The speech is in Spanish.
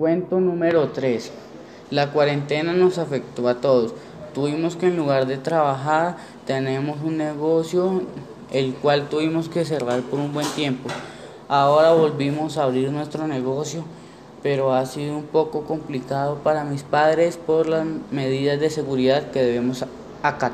Cuento número 3. La cuarentena nos afectó a todos. Tuvimos que, en lugar de trabajar, tenemos un negocio el cual tuvimos que cerrar por un buen tiempo. Ahora volvimos a abrir nuestro negocio, pero ha sido un poco complicado para mis padres por las medidas de seguridad que debemos acatar.